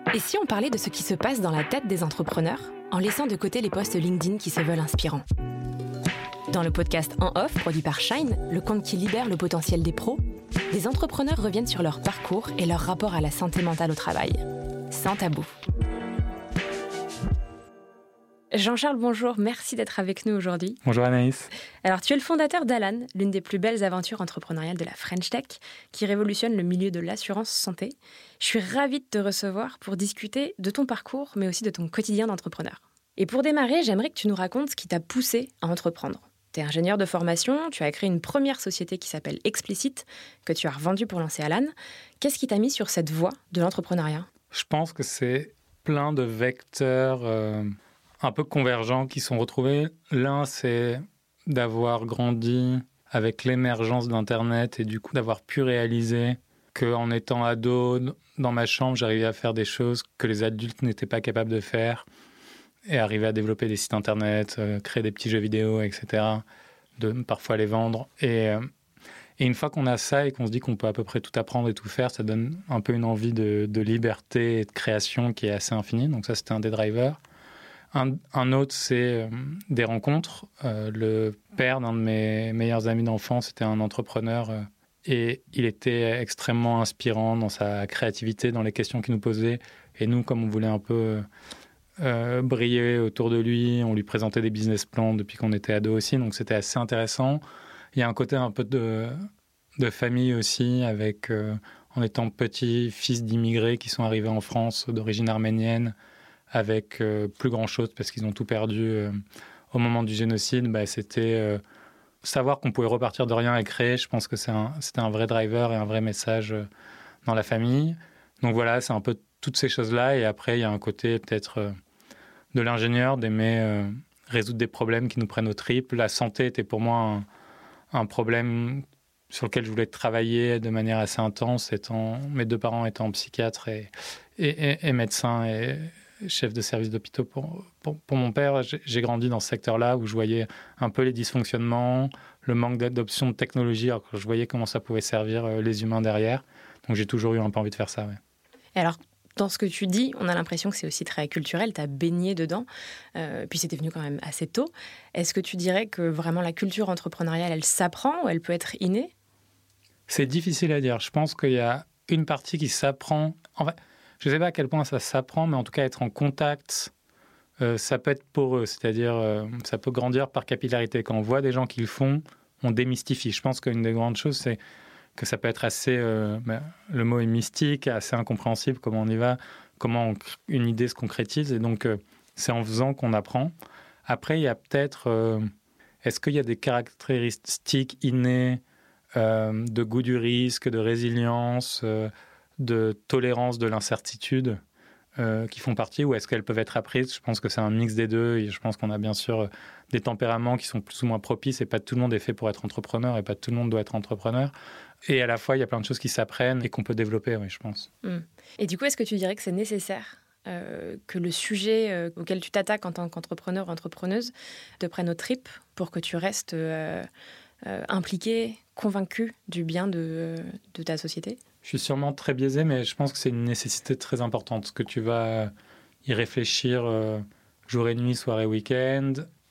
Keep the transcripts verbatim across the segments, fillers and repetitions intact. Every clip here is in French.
Et si on parlait de ce qui se passe dans la tête des entrepreneurs, en laissant de côté les posts LinkedIn qui se veulent inspirants? Dans le podcast En Off, produit par Shine, le compte qui libère le potentiel des pros, les entrepreneurs reviennent sur leur parcours et leur rapport à la santé mentale au travail. Sans tabou. Jean-Charles, bonjour. Merci d'être avec nous aujourd'hui. Bonjour Anaïs. Alors, tu es le fondateur d'Alan, l'une des plus belles aventures entrepreneuriales de la French Tech, qui révolutionne le milieu de l'assurance santé. Je suis ravie de te recevoir pour discuter de ton parcours, mais aussi de ton quotidien d'entrepreneur. Et pour démarrer, j'aimerais que tu nous racontes ce qui t'a poussé à entreprendre. Tu es ingénieur de formation, tu as créé une première société qui s'appelle Explicit, que tu as revendue pour lancer Alan. Qu'est-ce qui t'a mis sur cette voie de l'entrepreneuriat ? Je pense que c'est plein de vecteurs euh, un peu convergents qui sont retrouvés. L'un, c'est d'avoir grandi avec l'émergence d'Internet et du coup d'avoir pu réaliser qu'en étant ado, dans ma chambre, j'arrivais à faire des choses que les adultes n'étaient pas capables de faire. Et arriver à développer des sites internet, euh, créer des petits jeux vidéo, et cetera, de parfois les vendre. Et, euh, et une fois qu'on a ça et qu'on se dit qu'on peut à peu près tout apprendre et tout faire, ça donne un peu une envie de, de liberté et de création qui est assez infinie. Donc ça, c'était un des drivers. Un, un autre, c'est euh, des rencontres. Euh, le père d'un de mes meilleurs amis d'enfance était un entrepreneur euh, et il était extrêmement inspirant dans sa créativité, dans les questions qu'il nous posait. Et nous, comme on voulait un peu... Euh, Euh, brillait autour de lui, on lui présentait des business plans depuis qu'on était ado aussi, donc c'était assez intéressant. Il y a un côté un peu de, de famille aussi, avec, euh, en étant petit fils d'immigrés qui sont arrivés en France d'origine arménienne, avec euh, plus grand chose parce qu'ils ont tout perdu euh, au moment du génocide. Bah, c'était euh, savoir qu'on pouvait repartir de rien et créer. Je pense que c'est un, c'était un vrai driver et un vrai message euh, dans la famille. Donc voilà, c'est un peu toutes ces choses-là. Et après, il y a un côté peut-être... Euh, de l'ingénieur, d'aimer euh, résoudre des problèmes qui nous prennent aux tripes. La santé était pour moi un, un problème sur lequel je voulais travailler de manière assez intense, étant, mes deux parents étant psychiatres et, et, et, et médecins et chefs de service d'hôpitaux. Pour, pour, pour mon père, j'ai, j'ai grandi dans ce secteur-là où je voyais un peu les dysfonctionnements, le manque d'adoption de technologie, alors que je voyais comment ça pouvait servir euh, les humains derrière. Donc j'ai toujours eu un peu envie de faire ça. Ouais. Et alors, dans ce que tu dis, on a l'impression que c'est aussi très culturel, tu as baigné dedans, euh, puis c'était venu quand même assez tôt. Est-ce que tu dirais que vraiment la culture entrepreneuriale, elle s'apprend ou elle peut être innée ? C'est difficile à dire. Je pense qu'il y a une partie qui s'apprend. En fait, je ne sais pas à quel point ça s'apprend, mais en tout cas, être en contact, euh, ça peut être poreux. C'est-à-dire, euh, ça peut grandir par capillarité. Quand on voit des gens qui le font, on démystifie. Je pense qu'une des grandes choses, c'est que ça peut être assez, euh, ben, le mot est mystique, assez incompréhensible, comment on y va, comment on, une idée se concrétise. Et donc, euh, c'est en faisant qu'on apprend. Après, il y a peut-être, euh, est-ce qu'il y a des caractéristiques innées euh, de goût du risque, de résilience, euh, de tolérance de l'incertitude euh, qui font partie, ou est-ce qu'elles peuvent être apprises ? Je pense que c'est un mix des deux. Et je pense qu'on a bien sûr euh, des tempéraments qui sont plus ou moins propices, et pas tout le monde est fait pour être entrepreneur, et pas tout le monde doit être entrepreneur. Et à la fois, il y a plein de choses qui s'apprennent et qu'on peut développer, oui, je pense. Mmh. Et du coup, est-ce que tu dirais que c'est nécessaire euh, que le sujet euh, auquel tu t'attaques en tant qu'entrepreneur ou entrepreneuse te prenne aux tripes pour que tu restes euh, euh, impliqué, convaincu du bien de, de ta société ? Je suis sûrement très biaisé, mais je pense que c'est une nécessité très importante, que tu vas y réfléchir euh, jour et nuit, soir et week-end.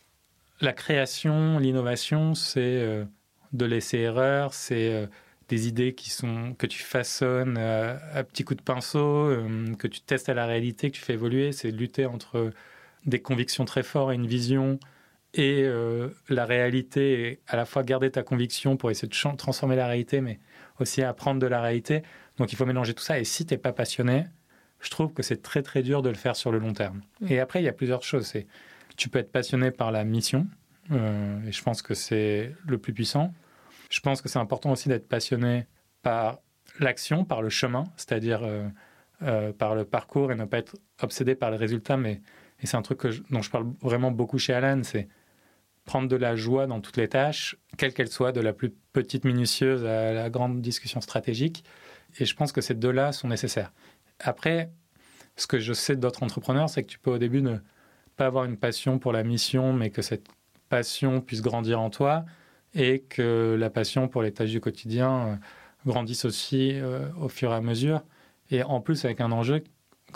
La création, l'innovation, c'est euh, de l'essai-erreur, c'est... Euh, des idées qui sont, que tu façonnes à, à petits coups de pinceau, euh, que tu testes à la réalité, que tu fais évoluer. C'est lutter entre des convictions très fortes et une vision et euh, la réalité, et à la fois garder ta conviction pour essayer de ch- transformer la réalité, mais aussi apprendre de la réalité. Donc il faut mélanger tout ça. Et si tu n'es pas passionné, je trouve que c'est très très dur de le faire sur le long terme. Mmh. Et après, il y a plusieurs choses. C'est, tu peux être passionné par la mission, euh, et je pense que c'est le plus puissant. Je pense que c'est important aussi d'être passionné par l'action, par le chemin, c'est-à-dire euh, euh, par le parcours, et ne pas être obsédé par le résultat. Mais et c'est un truc que je, dont je parle vraiment beaucoup chez Alan, c'est prendre de la joie dans toutes les tâches, quelles qu'elles soient, de la plus petite minutieuse à la grande discussion stratégique. Et je pense que ces deux-là sont nécessaires. Après, ce que je sais d'autres entrepreneurs, c'est que tu peux au début ne pas avoir une passion pour la mission, mais que cette passion puisse grandir en toi, et que la passion pour les tâches du quotidien euh, grandisse aussi euh, au fur et à mesure. Et en plus, avec un enjeu,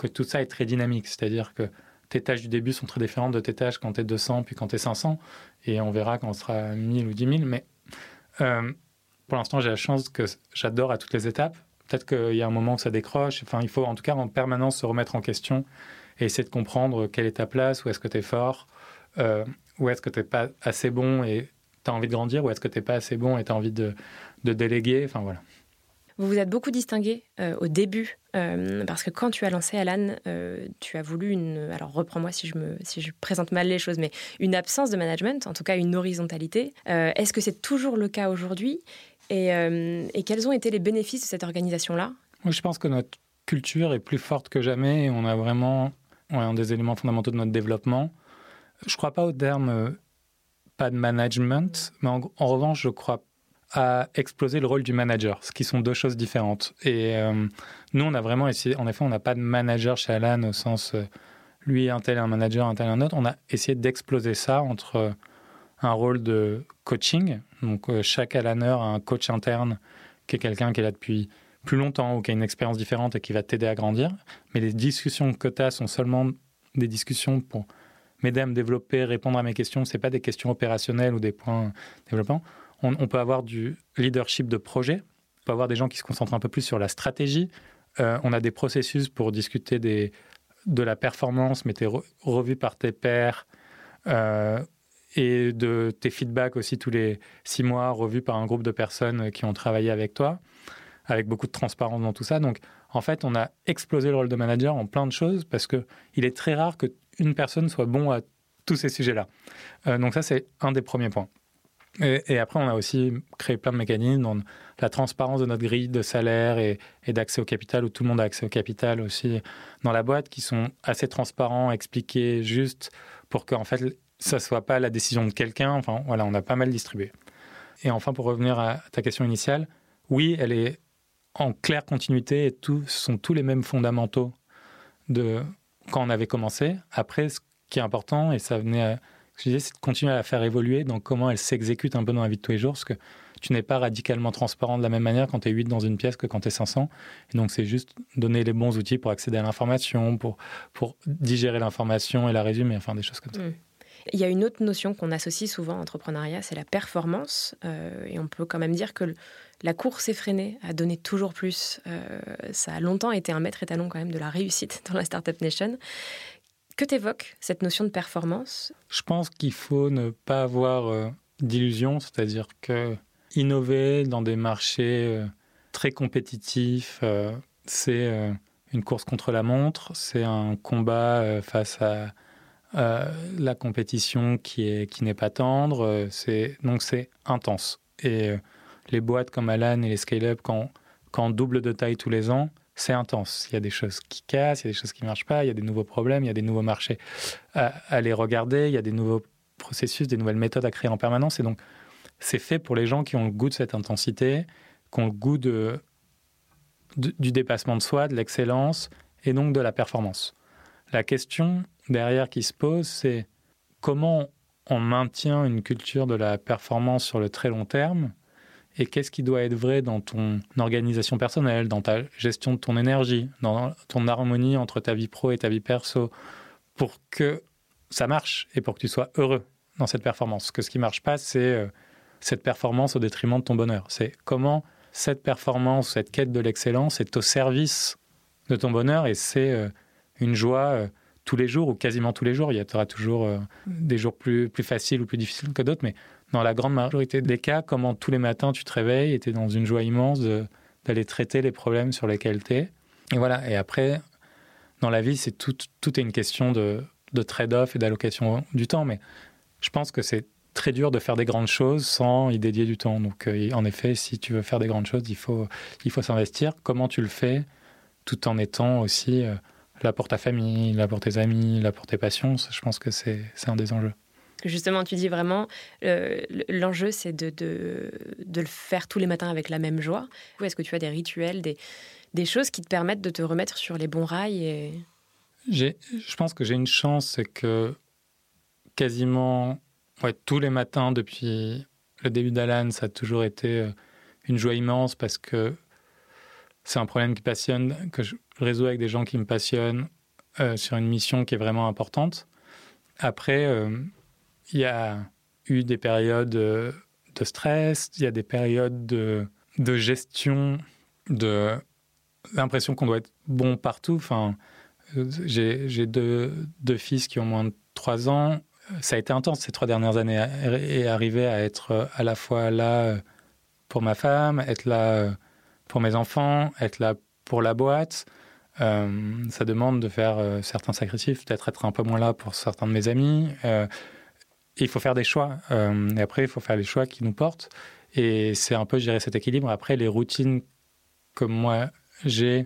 que tout ça est très dynamique. C'est-à-dire que tes tâches du début sont très différentes de tes tâches quand tu es deux cents puis quand tu es cinq cents. Et on verra quand on sera mille ou dix mille. Mais euh, pour l'instant, j'ai la chance que j'adore à toutes les étapes. Peut-être qu'il y a un moment où ça décroche. Enfin, il faut en tout cas en permanence se remettre en question et essayer de comprendre quelle est ta place, où est-ce que tu es fort, euh, où est-ce que tu n'es pas assez bon et tu as envie de grandir, où est-ce que tu n'es pas assez bon et tu as envie de, de déléguer. Enfin, voilà. Vous vous êtes beaucoup distingué euh, au début, euh, parce que quand tu as lancé Alan, euh, tu as voulu une... Alors, reprends-moi si je, me, si je présente mal les choses, mais une absence de management, en tout cas une horizontalité. Euh, est-ce que c'est toujours le cas aujourd'hui ? et, euh, et quels ont été les bénéfices de cette organisation-là ? Moi, je pense que notre culture est plus forte que jamais et on a vraiment ouais, un des éléments fondamentaux de notre développement. Je ne crois pas au terme euh, pas de management, mais en, en revanche, je crois à exploser le rôle du manager, ce qui sont deux choses différentes. Et euh, nous, on a vraiment essayé, en effet, on n'a pas de manager chez Alan au sens, euh, lui, un tel est un manager, un tel est un autre. On a essayé d'exploser ça entre euh, un rôle de coaching, donc euh, chaque Alaner a un coach interne qui est quelqu'un qui est là depuis plus longtemps ou qui a une expérience différente et qui va t'aider à grandir. Mais les discussions que tu as sont seulement des discussions pour m'aider à me développer, répondre à mes questions. Ce n'est pas des questions opérationnelles ou des points développement. On, on peut avoir du leadership de projet, on peut avoir des gens qui se concentrent un peu plus sur la stratégie. Euh, on a des processus pour discuter des, de la performance, mais tu es re, revu par tes pairs, euh, et de tes feedbacks aussi tous les six mois, revus par un groupe de personnes qui ont travaillé avec toi, avec beaucoup de transparence dans tout ça. Donc, en fait, on a explosé le rôle de manager en plein de choses parce qu'il est très rare qu'une personne soit bon à tous ces sujets-là. Euh, donc ça, c'est un des premiers points. Et, et après, on a aussi créé plein de mécanismes dans la transparence de notre grille de salaire et, et d'accès au capital, où tout le monde a accès au capital aussi dans la boîte, qui sont assez transparents, expliqués, justes, pour qu'en fait, ça ne soit pas la décision de quelqu'un. Enfin, voilà, on a pas mal distribué. Et enfin, pour revenir à ta question initiale, oui, elle est en claire continuité et tout, ce sont tous les mêmes fondamentaux de quand on avait commencé. Après, ce qui est important, et ça venait à... Ce que je disais, c'est de continuer à la faire évoluer dans comment elle s'exécute un peu dans la vie de tous les jours, parce que tu n'es pas radicalement transparent de la même manière quand tu es huit dans une pièce que quand tu es cinq cents. Et donc, c'est juste donner les bons outils pour accéder à l'information, pour, pour digérer l'information et la résumer, enfin des choses comme ça. Mmh. Il y a une autre notion qu'on associe souvent à l'entrepreneuriat, c'est la performance. Euh, et on peut quand même dire que le, la course effrénée à donner toujours plus, euh, ça a longtemps été un maître étalon quand même de la réussite dans la Startup Nation. Que t'évoque cette notion de performance ? Je pense qu'il faut ne pas avoir euh, d'illusions, c'est-à-dire que innover dans des marchés euh, très compétitifs, euh, c'est euh, une course contre la montre, c'est un combat euh, face à euh, la compétition qui est qui n'est pas tendre, euh, c'est donc c'est intense. Et euh, les boîtes comme Alan et les scale-up, quand quand on double de taille tous les ans, c'est intense. Il y a des choses qui cassent, il y a des choses qui ne marchent pas, il y a des nouveaux problèmes, il y a des nouveaux marchés à, à les regarder, il y a des nouveaux processus, des nouvelles méthodes à créer en permanence. Et donc, c'est fait pour les gens qui ont le goût de cette intensité, qui ont le goût de, de, du dépassement de soi, de l'excellence et donc de la performance. La question derrière qui se pose, c'est comment on maintient une culture de la performance sur le très long terme. Et qu'est-ce qui doit être vrai dans ton organisation personnelle, dans ta gestion de ton énergie, dans ton harmonie entre ta vie pro et ta vie perso, pour que ça marche et pour que tu sois heureux dans cette performance. Parce que ce qui ne marche pas, c'est euh, cette performance au détriment de ton bonheur. C'est comment cette performance, cette quête de l'excellence est au service de ton bonheur et c'est euh, une joie euh, tous les jours ou quasiment tous les jours. Il y aura toujours euh, des jours plus, plus faciles ou plus difficiles que d'autres, mais dans la grande majorité des cas, comment tous les matins tu te réveilles et tu es dans une joie immense de, d'aller traiter les problèmes sur lesquels tu es. Et voilà. Et après, dans la vie, c'est tout, tout est une question de, de trade-off et d'allocation du temps. Mais je pense que c'est très dur de faire des grandes choses sans y dédier du temps. Donc, euh, en effet, si tu veux faire des grandes choses, il faut, il faut s'investir. Comment tu le fais tout en étant aussi euh, là pour ta famille, là pour tes amis, là pour tes passions. Je pense que c'est, c'est un des enjeux. Justement, tu dis vraiment, euh, l'enjeu, c'est de, de, de le faire tous les matins avec la même joie. Est-ce que tu as des rituels, des, des choses qui te permettent de te remettre sur les bons rails et... j'ai, Je pense que j'ai une chance, c'est que quasiment ouais, tous les matins depuis le début d'Alan, ça a toujours été une joie immense parce que c'est un problème qui passionne, que je, le réseau avec des gens qui me passionnent euh, sur une mission qui est vraiment importante. Après, il euh, y a eu des périodes euh, de stress, il y a des périodes de, de gestion, de l'impression qu'on doit être bon partout. Enfin, j'ai, j'ai deux, deux fils qui ont moins de trois ans. Ça a été intense ces trois dernières années et arriver à être à la fois là pour ma femme, être là pour mes enfants, être là pour la boîte. Euh, ça demande de faire euh, certains sacrifices, peut-être être un peu moins là pour certains de mes amis. Euh, il faut faire des choix. Euh, et après, il faut faire les choix qui nous portent. Et c'est un peu gérer cet équilibre. Après, les routines que moi j'ai,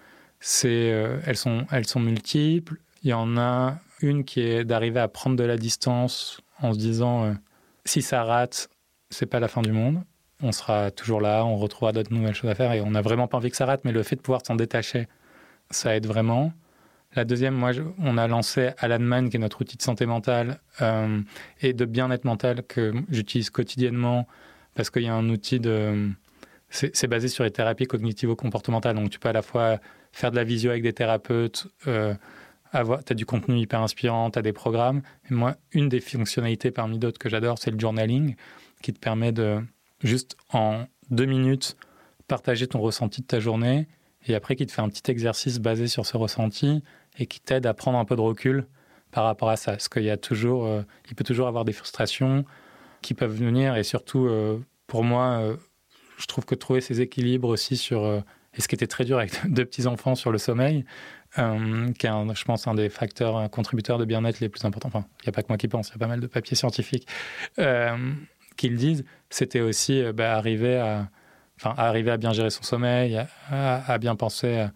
c'est, euh, elles sont, elles sont multiples. Il y en a une qui est d'arriver à prendre de la distance en se disant euh, si ça rate, c'est pas la fin du monde. On sera toujours là, on retrouvera d'autres nouvelles choses à faire et on n'a vraiment pas envie que ça rate, mais le fait de pouvoir s'en détacher, ça aide vraiment. La deuxième, moi, je, on a lancé Alanman, qui est notre outil de santé mentale euh, et de bien-être mental que j'utilise quotidiennement parce qu'il y a un outil de... C'est, c'est basé sur les thérapies cognitivo-comportementales, donc tu peux à la fois faire de la visio avec des thérapeutes, euh, avoir, tu as du contenu hyper inspirant, tu as des programmes. Et moi, une des fonctionnalités parmi d'autres que j'adore, c'est le journaling, qui te permet de, juste en deux minutes, partager ton ressenti de ta journée, et après qui te fait un petit exercice basé sur ce ressenti, et qui t'aide à prendre un peu de recul par rapport à ça. Parce qu'il y a toujours, euh, il peut toujours avoir des frustrations qui peuvent venir, et surtout, euh, pour moi, euh, je trouve que trouver ces équilibres aussi sur... Euh, et ce qui était très dur avec deux petits-enfants sur le sommeil, euh, qui est, un, je pense, un des facteurs un contributeurs de bien-être les plus importants. Enfin, il n'y a pas que moi qui pense, il y a pas mal de papiers scientifiques euh, qui le disent. C'était aussi euh, bah, arriver, à, enfin, à arriver à bien gérer son sommeil, à, à, à bien penser, à,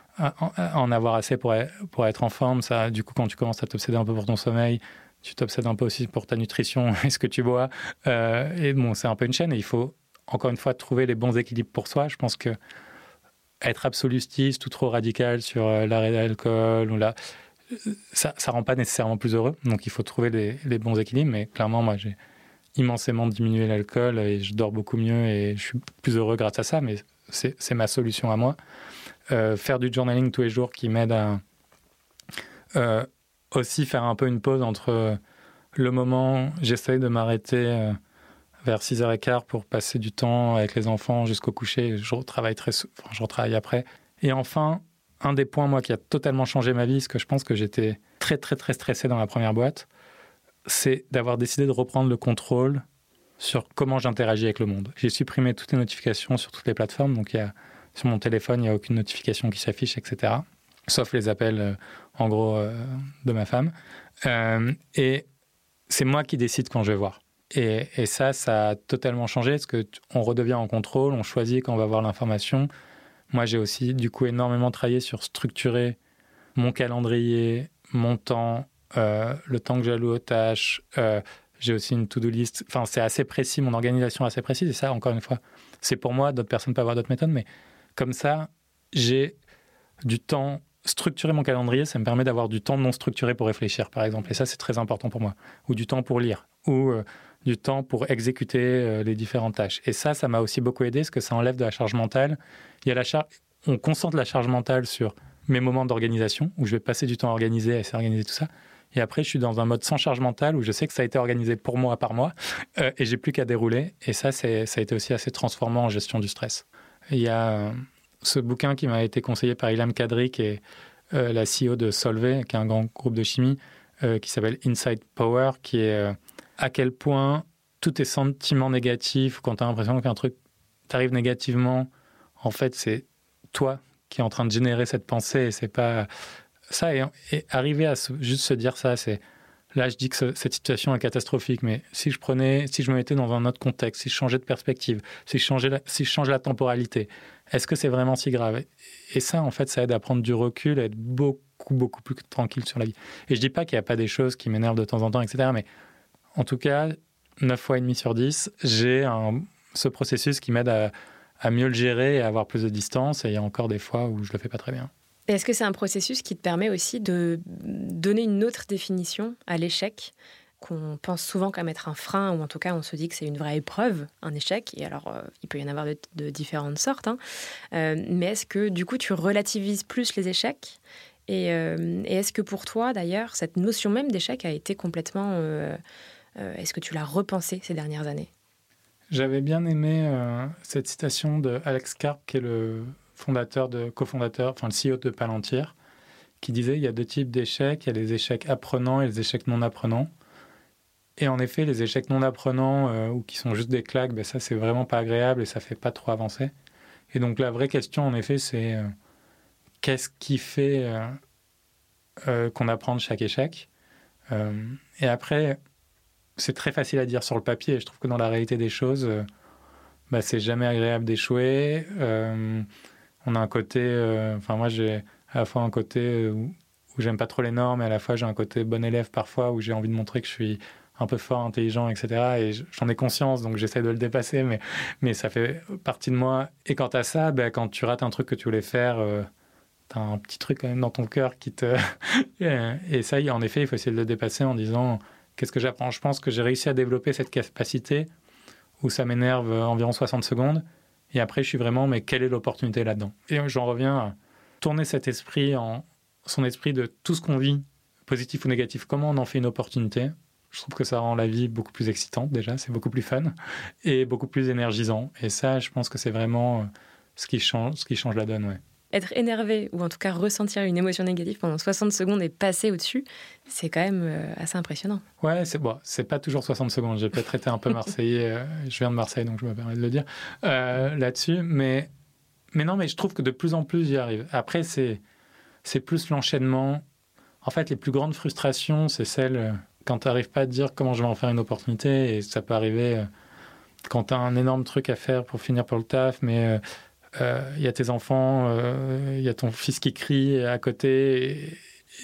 à, à en avoir assez pour, pour être en forme. Ça, du coup, quand tu commences à t'obséder un peu pour ton sommeil, tu t'obsèdes un peu aussi pour ta nutrition et ce que tu bois. Euh, et bon, c'est un peu une chaîne et il faut, encore une fois, trouver les bons équilibres pour soi. Je pense que être absolutiste ou trop radical sur l'arrêt de l'alcool, ou là, ça ne rend pas nécessairement plus heureux. Donc, il faut trouver les, les bons équilibres. Mais clairement, moi, j'ai immensément diminué l'alcool et je dors beaucoup mieux et je suis plus heureux grâce à ça. Mais c'est, c'est ma solution à moi. Euh, faire du journaling tous les jours qui m'aide à euh, aussi faire un peu une pause entre le moment où j'essaye de m'arrêter euh, vers six heures quinze pour passer du temps avec les enfants jusqu'au coucher. Je retravaille, très sou- enfin, je retravaille après. Et enfin, un des points, moi, qui a totalement changé ma vie, parce que je pense que j'étais très, très, très stressé dans la première boîte, c'est d'avoir décidé de reprendre le contrôle sur comment j'interagis avec le monde. J'ai supprimé toutes les notifications sur toutes les plateformes. Donc, il y a, sur mon téléphone, il n'y a aucune notification qui s'affiche, et cetera. Sauf les appels, euh, en gros, euh, de ma femme. Euh, et c'est moi qui décide quand je vais voir. Et, et ça, ça a totalement changé parce qu'on redevient en contrôle, on choisit quand on va voir l'information. Moi, j'ai aussi, du coup, énormément travaillé sur structurer mon calendrier, mon temps, euh, le temps que j'alloue aux tâches. Euh, j'ai aussi une to-do list. Enfin, c'est assez précis, mon organisation est assez précise. Et ça, encore une fois, c'est pour moi. D'autres personnes peuvent avoir d'autres méthodes. Mais comme ça, j'ai du temps. Structurer mon calendrier, ça me permet d'avoir du temps non structuré pour réfléchir, par exemple. Et ça, c'est très important pour moi. Ou du temps pour lire. Ou euh, du temps pour exécuter euh, les différentes tâches. Et ça, ça m'a aussi beaucoup aidé parce que ça enlève de la charge mentale. Il y a la charge... On concentre la charge mentale sur mes moments d'organisation, où je vais passer du temps à organiser, à essayer d'organiser tout ça. Et après, je suis dans un mode sans charge mentale, où je sais que ça a été organisé pour moi, par moi, euh, et j'ai plus qu'à dérouler. Et ça, c'est, ça a été aussi assez transformant en gestion du stress. Il y a euh, ce bouquin qui m'a été conseillé par Ilham Kadri, qui est euh, la C E O de Solvay, qui est un grand groupe de chimie, euh, qui s'appelle Inside Power, qui est... Euh, à quel point tous tes sentiments négatifs, quand tu as l'impression qu'un truc t'arrive négativement, en fait, c'est toi qui es en train de générer cette pensée et c'est pas ça. Et, et arriver à se, juste se dire ça, c'est là, je dis que ce, cette situation est catastrophique, mais si je prenais, si je me mettais dans un autre contexte, si je changeais de perspective, si je changeais la, si je change la temporalité, est-ce que c'est vraiment si grave? Et ça, en fait, ça aide à prendre du recul, à être beaucoup, beaucoup plus tranquille sur la vie. Et je dis pas qu'il n'y a pas des choses qui m'énervent de temps en temps, et cetera, mais en tout cas, neuf fois et demi sur dix, j'ai un, ce processus qui m'aide à, à mieux le gérer et à avoir plus de distance. Et il y a encore des fois où je ne le fais pas très bien. Et est-ce que c'est un processus qui te permet aussi de donner une autre définition à l'échec qu'on pense souvent comme être un frein, ou en tout cas on se dit que c'est une vraie épreuve, un échec, et alors euh, il peut y en avoir de, de différentes sortes, hein. Euh, mais est-ce que du coup tu relativises plus les échecs et, euh, et est-ce que pour toi d'ailleurs cette notion même d'échec a été complètement... Euh, euh, est-ce que tu l'as repensée ces dernières années? J'avais bien aimé euh, cette citation de Alex Karp, qui est le fondateur, de, cofondateur, enfin le C E O de Palantir, qui disait il y a deux types d'échecs, il y a les échecs apprenants et les échecs non apprenants. Et en effet, les échecs non apprenants euh, ou qui sont juste des claques, ben ça c'est vraiment pas agréable et ça fait pas trop avancer. Et donc la vraie question en effet c'est euh, qu'est-ce qui fait euh, euh, qu'on apprend de chaque échec. Euh, et après, c'est très facile à dire sur le papier. Je trouve que dans la réalité des choses, euh, bah, c'est jamais agréable d'échouer. Euh, on a un côté... euh, Enfin, moi, j'ai à la fois un côté où, où j'aime pas trop les normes, et à la fois, j'ai un côté bon élève parfois, où j'ai envie de montrer que je suis un peu fort, intelligent, et cetera. Et j'en ai conscience, donc j'essaie de le dépasser, mais, mais ça fait partie de moi. Et quant à ça, bah, quand tu rates un truc que tu voulais faire... Euh, t'as un petit truc quand même dans ton cœur qui te... et ça, en effet, il faut essayer de le dépasser en disant qu'est-ce que j'apprends. Je pense que j'ai réussi à développer cette capacité où ça m'énerve environ soixante secondes et après je suis vraiment mais quelle est l'opportunité là-dedans. Et j'en reviens à tourner cet esprit en son esprit de tout ce qu'on vit, positif ou négatif, comment on en fait une opportunité. Je trouve que ça rend la vie beaucoup plus excitante déjà, c'est beaucoup plus fun et beaucoup plus énergisant. Et ça, je pense que c'est vraiment ce qui change, ce qui change la donne, ouais. Être énervé, ou en tout cas ressentir une émotion négative pendant soixante secondes et passer au-dessus, c'est quand même euh, assez impressionnant. Ouais, c'est, bon, c'est pas toujours soixante secondes. J'ai peut-être été un peu marseillais. Euh, je viens de Marseille, donc je me permets de le dire euh, là-dessus. Mais, mais non, mais je trouve que de plus en plus, j'y arrive. Après, c'est, c'est plus l'enchaînement. En fait, les plus grandes frustrations, c'est celles euh, quand tu n'arrives pas à te dire comment je vais en faire une opportunité. Et ça peut arriver euh, quand tu as un énorme truc à faire pour finir pour le taf, mais... Euh, il euh, y a tes enfants, il euh, y a ton fils qui crie à côté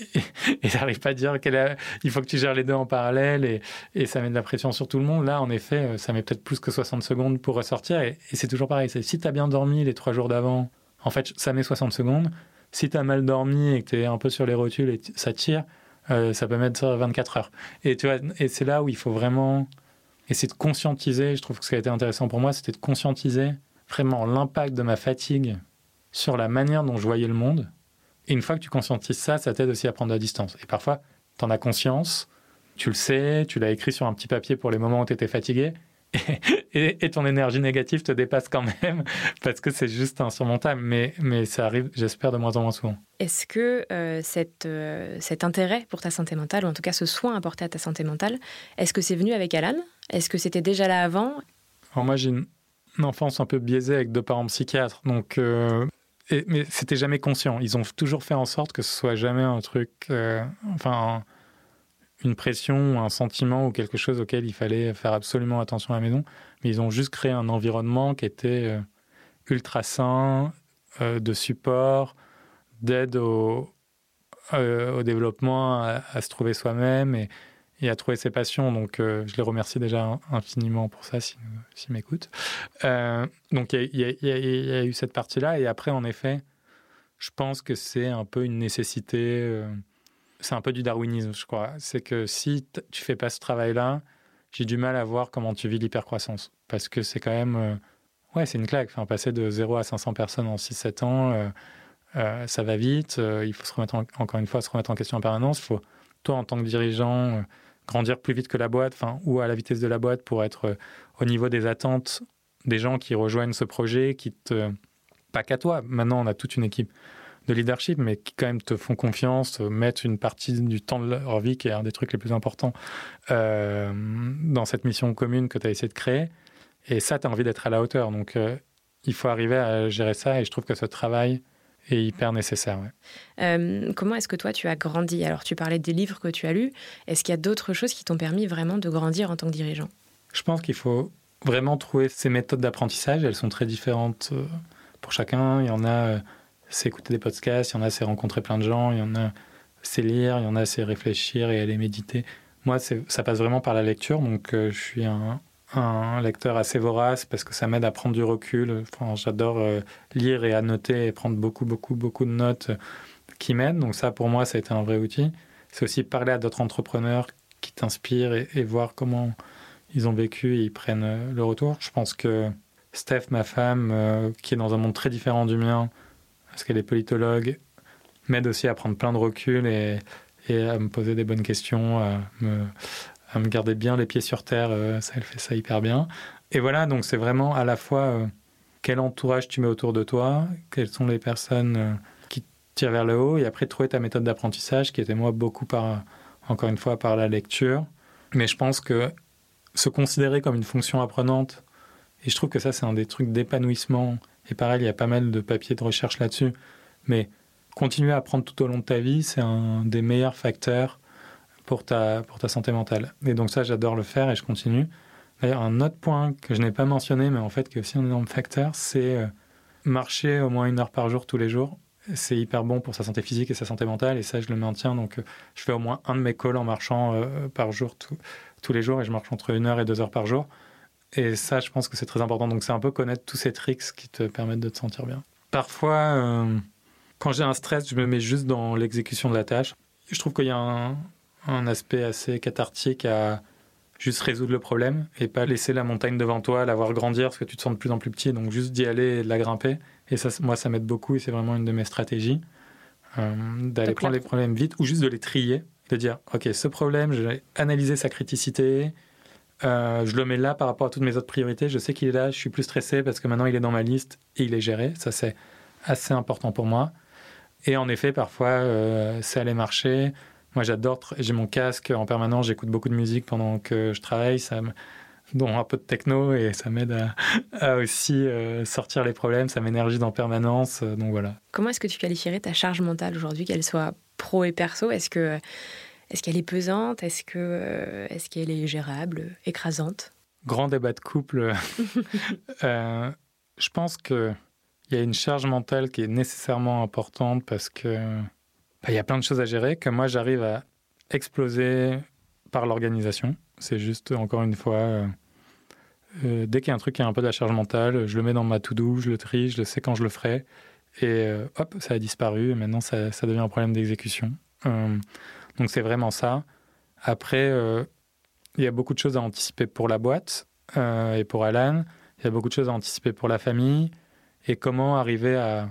et tu n'arrives pas à dire qu'il faut que tu gères les deux en parallèle et, et ça met de la pression sur tout le monde. Là, en effet, ça met peut-être plus que soixante secondes pour ressortir et, et c'est toujours pareil. C'est, si tu as bien dormi les trois jours d'avant, en fait, ça met soixante secondes. Si tu as mal dormi et que tu es un peu sur les rotules et t- ça tire, euh, ça peut mettre vingt-quatre heures. Et, tu vois, et c'est là où il faut vraiment essayer de conscientiser. Je trouve que ce qui a été intéressant pour moi, c'était de conscientiser vraiment l'impact de ma fatigue sur la manière dont je voyais le monde. Et une fois que tu conscientises ça, ça t'aide aussi à prendre la distance. Et parfois, tu en as conscience, tu le sais, tu l'as écrit sur un petit papier pour les moments où tu étais fatigué, et, et, et ton énergie négative te dépasse quand même, parce que c'est juste insurmontable. Mais, mais ça arrive, j'espère, de moins en moins souvent. Est-ce que euh, cette, euh, cet intérêt pour ta santé mentale, ou en tout cas ce soin apporté à ta santé mentale, est-ce que c'est venu avec Alan ? Est-ce que c'était déjà là avant ? Alors moi, j'ai une une enfance un peu biaisée avec deux parents psychiatres, donc euh, et, mais c'était jamais conscient. Ils ont toujours fait en sorte que ce soit jamais un truc, euh, enfin un, une pression ou un sentiment ou quelque chose auquel il fallait faire absolument attention à la maison. Mais ils ont juste créé un environnement qui était euh, ultra sain, euh, de support, d'aide au, euh, au développement, à, à se trouver soi-même et et à trouver ses passions. Donc, euh, je les remercie déjà infiniment pour ça, s'ils si, si m'écoutent. Euh, donc, il y, y, y, y a eu cette partie-là. Et après, en effet, je pense que c'est un peu une nécessité. Euh, c'est un peu du darwinisme, je crois. C'est que si t- tu fais pas ce travail-là, j'ai du mal à voir comment tu vis l'hypercroissance. Parce que c'est quand même... Euh, ouais, c'est une claque. Enfin, passer de zéro à cinq cents personnes en six sept ans, euh, euh, ça va vite. Euh, il faut se remettre en, encore une fois se remettre en question en permanence. Il faut, toi, en tant que dirigeant... Euh, grandir plus vite que la boîte, enfin, ou à la vitesse de la boîte pour être euh, au niveau des attentes des gens qui rejoignent ce projet, qui te... Pas qu'à toi, maintenant on a toute une équipe de leadership, mais qui quand même te font confiance, mettent une partie du temps de leur vie, qui est un des trucs les plus importants, euh, dans cette mission commune que tu as essayé de créer. Et ça, tu as envie d'être à la hauteur. Donc, euh, il faut arriver à gérer ça, et je trouve que ce travail est hyper nécessaire. Ouais. Euh, comment est-ce que toi, tu as grandi ? Alors, tu parlais des livres que tu as lus. Est-ce qu'il y a d'autres choses qui t'ont permis vraiment de grandir en tant que dirigeant ? Je pense qu'il faut vraiment trouver ces méthodes d'apprentissage. Elles sont très différentes pour chacun. Il y en a, c'est écouter des podcasts, il y en a, c'est rencontrer plein de gens, il y en a, c'est lire, il y en a, c'est réfléchir et aller méditer. Moi, c'est, ça passe vraiment par la lecture. Donc, euh, je suis un... un lecteur assez vorace parce que ça m'aide à prendre du recul. Enfin, j'adore euh, lire et annoter et prendre beaucoup, beaucoup, beaucoup de notes qui m'aident. Donc ça, pour moi, ça a été un vrai outil. C'est aussi parler à d'autres entrepreneurs qui t'inspirent et, et voir comment ils ont vécu et ils prennent euh, le retour. Je pense que Steph, ma femme, euh, qui est dans un monde très différent du mien, parce qu'elle est politologue, m'aide aussi à prendre plein de recul et, et à me poser des bonnes questions, à me, à me garder bien les pieds sur terre. Euh, ça, elle fait ça hyper bien. Et voilà, donc c'est vraiment à la fois euh, quel entourage tu mets autour de toi, quelles sont les personnes euh, qui te tirent vers le haut, et après trouver ta méthode d'apprentissage, qui était moi beaucoup par, encore une fois, par la lecture. Mais je pense que se considérer comme une fonction apprenante, et je trouve que ça, c'est un des trucs d'épanouissement. Et pareil, il y a pas mal de papiers de recherche là-dessus. Mais continuer à apprendre tout au long de ta vie, c'est un des meilleurs facteurs pour ta, pour ta santé mentale. Et donc ça, j'adore le faire et je continue. D'ailleurs, un autre point que je n'ai pas mentionné, mais en fait qui est aussi un énorme facteur, c'est euh, marcher au moins une heure par jour tous les jours. C'est hyper bon pour sa santé physique et sa santé mentale. Et ça, je le maintiens. Donc, euh, je fais au moins un de mes calls en marchant euh, par jour, tout, tous les jours. Et je marche entre une heure et deux heures par jour. Et ça, je pense que c'est très important. Donc, c'est un peu connaître tous ces tricks qui te permettent de te sentir bien. Parfois, euh, quand j'ai un stress, je me mets juste dans l'exécution de la tâche. Je trouve qu'il y a un, un aspect assez cathartique à juste résoudre le problème et pas laisser la montagne devant toi, la voir grandir parce que tu te sens de plus en plus petit. Donc, juste d'y aller et de la grimper. Et ça, moi, ça m'aide beaucoup et c'est vraiment une de mes stratégies. Euh, d'aller prendre les problèmes vite ou juste de les trier. De dire, OK, ce problème, je vais analyser sa criticité. Euh, je le mets là par rapport à toutes mes autres priorités. Je sais qu'il est là, je suis plus stressé parce que maintenant il est dans ma liste et il est géré. Ça, c'est assez important pour moi. Et en effet, parfois, euh, c'est aller marcher. Moi, j'adore, j'ai mon casque en permanence, j'écoute beaucoup de musique pendant que je travaille, ça me... dont un peu de techno, et ça m'aide à, à aussi euh, sortir les problèmes, ça m'énergise en permanence, euh, donc voilà. Comment est-ce que tu qualifierais ta charge mentale aujourd'hui, qu'elle soit pro et perso ? Est-ce que... Est-ce qu'elle est pesante ? Est-ce que, euh, est-ce qu'elle est gérable, écrasante ? Grand débat de couple. euh, je pense qu'il y a une charge mentale qui est nécessairement importante parce que bah, y a plein de choses à gérer que moi, j'arrive à exploser par l'organisation. C'est juste, encore une fois, euh, euh, dès qu'il y a un truc qui a un peu de la charge mentale, je le mets dans ma to-do, je le trie, je le sais quand je le ferai. Et euh, hop, ça a disparu. Et maintenant, ça, ça devient un problème d'exécution. Euh, Donc, c'est vraiment ça. Après, euh, il y a beaucoup de choses à anticiper pour la boîte euh, et pour Alan. Il y a beaucoup de choses à anticiper pour la famille. Et comment arriver à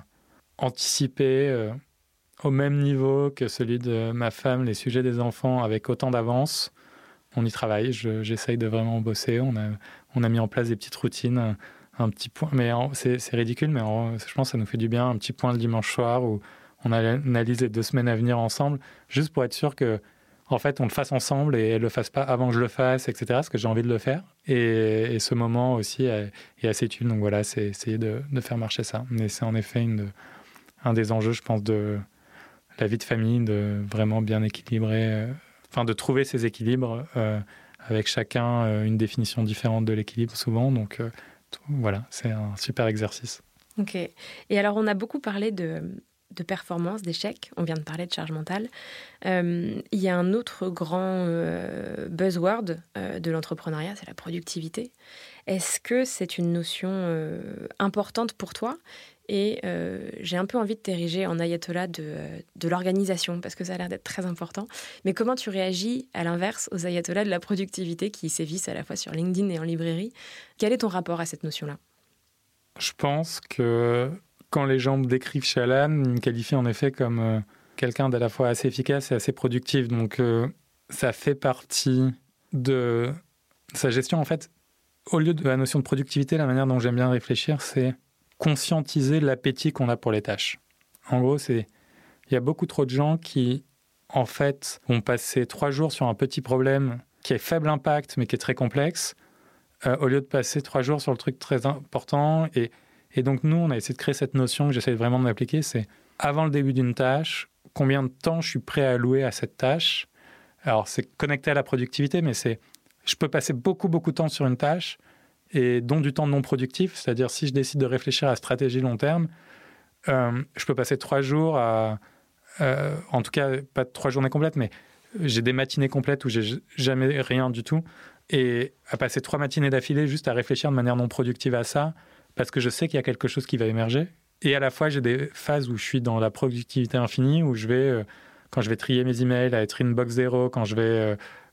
anticiper euh, au même niveau que celui de ma femme les sujets des enfants avec autant d'avance. On y travaille. Je, j'essaye de vraiment bosser. On a, on a mis en place des petites routines. Un, un petit point, mais en, c'est, c'est ridicule, mais en, je pense que ça nous fait du bien. Un petit point le dimanche soir où on analyse les deux semaines à venir ensemble, juste pour être sûr que, en fait, on le fasse ensemble et elle le fasse pas avant que je le fasse, et cetera. Parce que j'ai envie de le faire. Et, et ce moment aussi est, est assez utile. Donc voilà, c'est essayer de, de faire marcher ça. Mais c'est en effet une, un des enjeux, je pense, de la vie de famille, de vraiment bien équilibrer, euh, enfin de trouver ces équilibres euh, avec chacun euh, une définition différente de l'équilibre souvent. Donc euh, tout, voilà, c'est un super exercice. Ok. Et alors, on a beaucoup parlé de de performance, d'échec. On vient de parler de charge mentale. Euh, il y a un autre grand euh, buzzword euh, de l'entrepreneuriat, c'est la productivité. Est-ce que c'est une notion euh, importante pour toi ? Et euh, j'ai un peu envie de t'ériger en ayatollah de, de l'organisation, parce que ça a l'air d'être très important. Mais comment tu réagis, à l'inverse, aux ayatollahs de la productivité qui sévissent à la fois sur LinkedIn et en librairie ? Quel est ton rapport à cette notion-là ? Je pense que quand les gens me décrivent chez Alan, ils me qualifient en effet comme euh, quelqu'un d'à la fois assez efficace et assez productif. Donc, euh, ça fait partie de sa gestion. En fait, au lieu de la notion de productivité, la manière dont j'aime bien réfléchir, c'est conscientiser l'appétit qu'on a pour les tâches. En gros, c'est il y a beaucoup trop de gens qui, en fait, vont passer trois jours sur un petit problème qui est faible impact, mais qui est très complexe, euh, au lieu de passer trois jours sur le truc très important. Et Et donc, nous, on a essayé de créer cette notion que j'essaie vraiment d'appliquer, c'est avant le début d'une tâche, combien de temps je suis prêt à allouer à cette tâche. Alors, c'est connecté à la productivité, mais c'est je peux passer beaucoup, beaucoup de temps sur une tâche, et dont du temps non productif, c'est-à-dire si je décide de réfléchir à la stratégie long terme, euh, je peux passer trois jours à... Euh, en tout cas, pas trois journées complètes, mais j'ai des matinées complètes où j'ai jamais rien du tout, et à passer trois matinées d'affilée juste à réfléchir de manière non productive à ça, parce que je sais qu'il y a quelque chose qui va émerger. Et à la fois, j'ai des phases où je suis dans la productivité infinie, où je vais, euh, quand je vais trier mes emails, à être inbox zéro, quand je vais euh,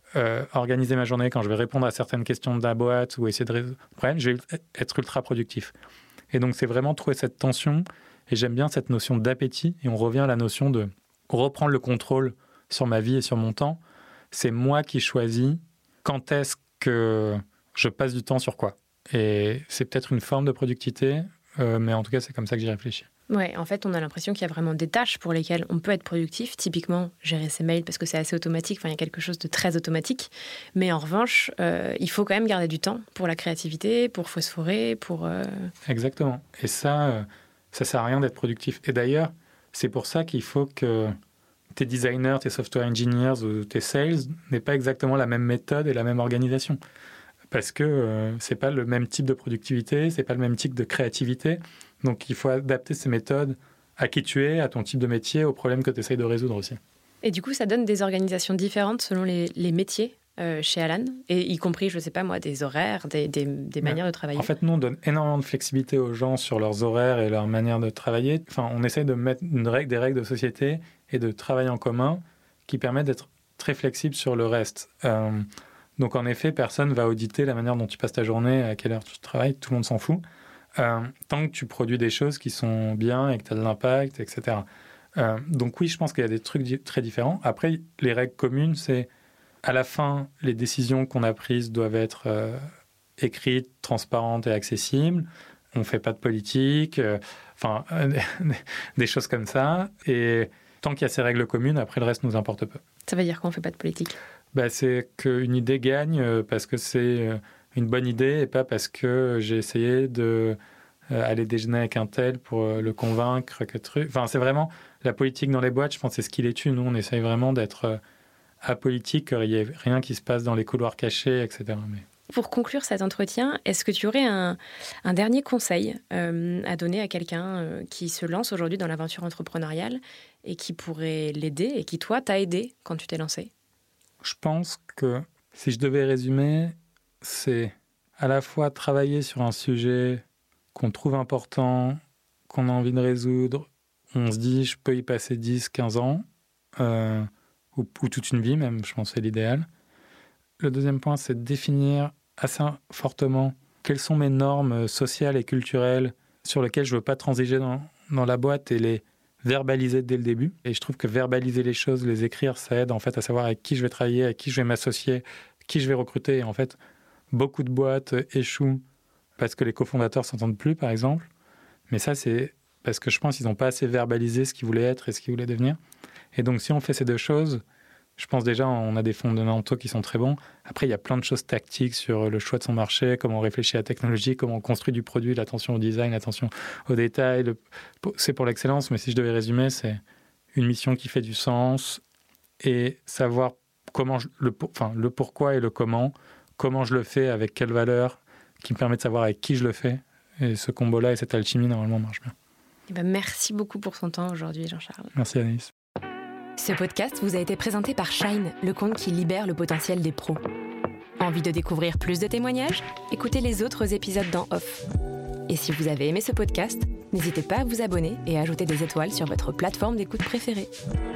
euh, organiser ma journée, quand je vais répondre à certaines questions de la boîte ou essayer de résoudre le problème, je vais être ultra productif. Et donc, c'est vraiment trouver cette tension. Et j'aime bien cette notion d'appétit. Et on revient à la notion de reprendre le contrôle sur ma vie et sur mon temps. C'est moi qui choisis quand est-ce que je passe du temps sur quoi. Et c'est peut-être une forme de productivité, euh, mais en tout cas, c'est comme ça que j'y réfléchis. Ouais, en fait, on a l'impression qu'il y a vraiment des tâches pour lesquelles on peut être productif. Typiquement, gérer ses mails parce que c'est assez automatique. Enfin, il y a quelque chose de très automatique. Mais en revanche, euh, il faut quand même garder du temps pour la créativité, pour phosphorer, pour... Euh... Exactement. Et ça, euh, ça sert à rien d'être productif. Et d'ailleurs, c'est pour ça qu'il faut que tes designers, tes software engineers ou tes sales n'aient pas exactement la même méthode et la même organisation. Parce que euh, c'est pas le même type de productivité, c'est pas le même type de créativité. Donc, il faut adapter ces méthodes à qui tu es, à ton type de métier, aux problèmes que tu essayes de résoudre aussi. Et du coup, ça donne des organisations différentes selon les, les métiers euh, chez Alan, et y compris, je sais pas moi, des horaires, des, des, des manières de travailler. En fait, nous, on donne énormément de flexibilité aux gens sur leurs horaires et leur manière de travailler. Enfin, on essaye de mettre une règle, des règles de société et de travail en commun qui permettent d'être très flexible sur le reste. Euh, donc, en effet, personne ne va auditer la manière dont tu passes ta journée, à quelle heure tu travailles, tout le monde s'en fout. Euh, tant que tu produis des choses qui sont bien et que tu as de l'impact, et cetera. Euh, donc oui, je pense qu'il y a des trucs di- très différents. Après, les règles communes, c'est à la fin, les décisions qu'on a prises doivent être euh, écrites, transparentes et accessibles. On ne fait pas de politique, euh, enfin, euh, des choses comme ça. Et tant qu'il y a ces règles communes, après, le reste nous importe peu. Ça veut dire qu'on ne fait pas de politique ? Bah, c'est qu'une idée gagne euh, parce que c'est... Euh, une bonne idée et pas parce que j'ai essayé de euh, aller déjeuner avec un tel pour euh, le convaincre que truc. Enfin, c'est vraiment la politique dans les boîtes, je pense que c'est ce qui les tue. Nous, on essaye vraiment d'être euh, apolitique, qu'il n'y ait rien qui se passe dans les couloirs cachés, et cetera. Mais... Pour conclure cet entretien, est-ce que tu aurais un, un dernier conseil euh, à donner à quelqu'un euh, qui se lance aujourd'hui dans l'aventure entrepreneuriale et qui pourrait l'aider et qui, toi, t'a aidé quand tu t'es lancé ? Je pense que si je devais résumer, c'est à la fois travailler sur un sujet qu'on trouve important, qu'on a envie de résoudre, on se dit je peux y passer dix, quinze ans, euh, ou, ou toute une vie même, je pense que c'est l'idéal. Le deuxième point, c'est de définir assez fortement quelles sont mes normes sociales et culturelles sur lesquelles je ne veux pas transiger dans, dans la boîte et les verbaliser dès le début. Et je trouve que verbaliser les choses, les écrire, ça aide en fait à savoir avec qui je vais travailler, avec qui je vais m'associer, qui je vais recruter. Et en fait, beaucoup de boîtes échouent parce que les cofondateurs ne s'entendent plus, par exemple. Mais ça, c'est parce que je pense qu'ils n'ont pas assez verbalisé ce qu'ils voulaient être et ce qu'ils voulaient devenir. Et donc, si on fait ces deux choses, je pense déjà on a des fondamentaux qui sont très bons. Après, il y a plein de choses tactiques sur le choix de son marché, comment on réfléchit à la technologie, comment on construit du produit, l'attention au design, l'attention aux détails. Le... C'est pour l'excellence, mais si je devais résumer, c'est une mission qui fait du sens et savoir comment je... le... Enfin, le pourquoi et le comment. Comment je le fais, avec quelle valeur, qui me permet de savoir avec qui je le fais. Et ce combo-là et cette alchimie, normalement, marche bien. Et ben merci beaucoup pour ton temps aujourd'hui, Jean-Charles. Merci, Anaïs. Ce podcast vous a été présenté par Shine, le compte qui libère le potentiel des pros. Envie de découvrir plus de témoignages ? Écoutez les autres épisodes dans Off. Et si vous avez aimé ce podcast, n'hésitez pas à vous abonner et à ajouter des étoiles sur votre plateforme d'écoute préférée.